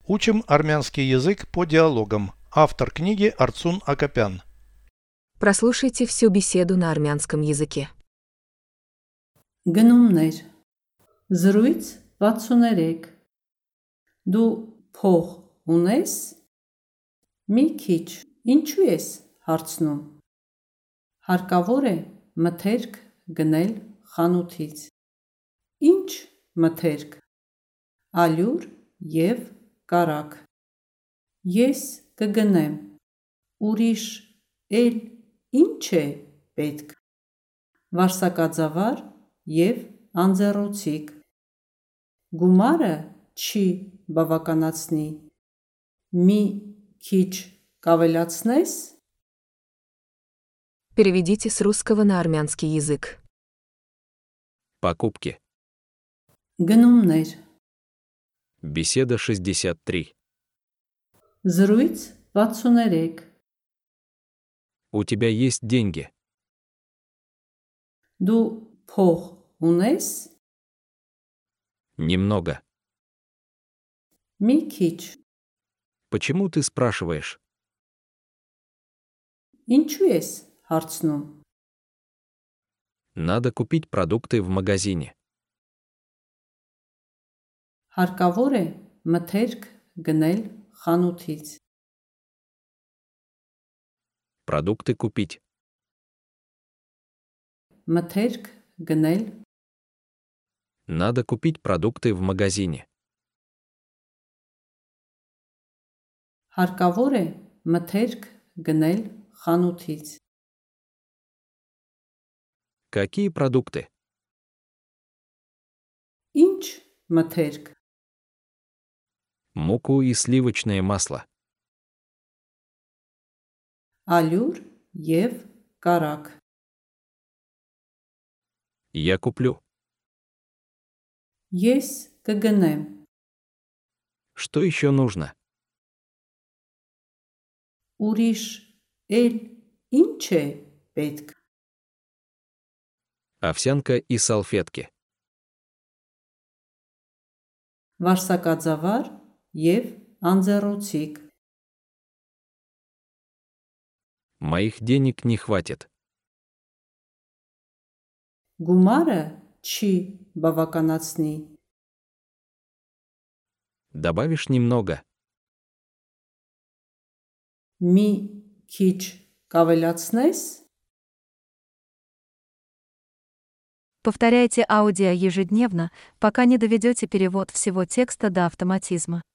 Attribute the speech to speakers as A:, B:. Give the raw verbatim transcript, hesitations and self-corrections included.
A: Учим армянский язык по диалогам. Автор книги Арцун Акопян.
B: Прослушайте всю беседу на армянском языке.
C: Գնումներ Զրույց վաթսուներեք Դու փող ունես? Մի քիչ, ինչու ես հարցնում? Հարկավոր է մթերք գնել խանութից։ Ինչ մթերք? Ալյուր և կարագ։ Ես կգնեմ, ուրիշ էլ ինչ է պետք? Վարսակաձավար և անձեռոցիկ։ Գումարը չի բավականացնի, մի քիչ կավելացնես?
B: Переведите с русского на армянский язык.
D: Покупки.
C: Գնումներ
D: Беседа шестьдесят три.
C: Զրույց վաթսուներեք
D: У тебя есть деньги?
C: Դու փող ունես?
D: Немного.
C: Մի քիչ,
D: Почему ты спрашиваешь?
C: ինչու ես հարցնում?
D: Надо купить продукты в магазине.
C: Հարկավոր է մթերք գնել խանութից։
D: Продукты купить.
C: Մթերք գնել,
D: Надо купить продукты в магазине.
C: հարկավոր է մթերք գնել խանութից։
D: Какие продукты?
C: Ինչ մթերք?
D: Муку и сливочное масло.
C: Ալյուր և կարագ։
D: Я куплю.
C: Ես կգնեմ,
D: Что еще нужно?
C: ուրիշ էլ ինչ է պետք?
D: Овсянка и салфетки.
C: Վարսակաձավար և անձեռոցիկ։
D: Моих денег не хватит.
C: Գումարը չի բավականացնի,
D: Добавишь немного?
C: մի քիչ կավելացնես?
E: Повторяйте аудио ежедневно, пока не доведете перевод всего текста до автоматизма.